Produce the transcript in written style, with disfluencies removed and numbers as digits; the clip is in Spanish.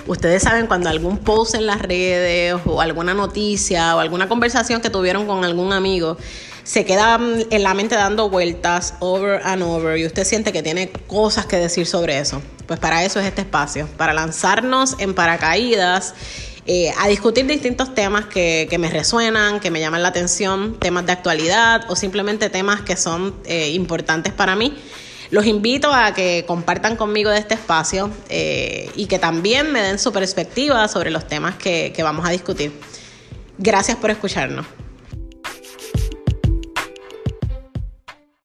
Ustedes saben cuando algún post en las redes o alguna noticia o alguna conversación que tuvieron con algún amigo se queda en la mente dando vueltas over and over y usted siente que tiene cosas que decir sobre eso. Pues para eso es este espacio, para lanzarnos en paracaídas a discutir distintos temas que me resuenan, que me llaman la atención, temas de actualidad o simplemente temas que son importantes para mí. Los invito a que compartan conmigo de este espacio y que también me den su perspectiva sobre los temas que vamos a discutir. Gracias por escucharnos.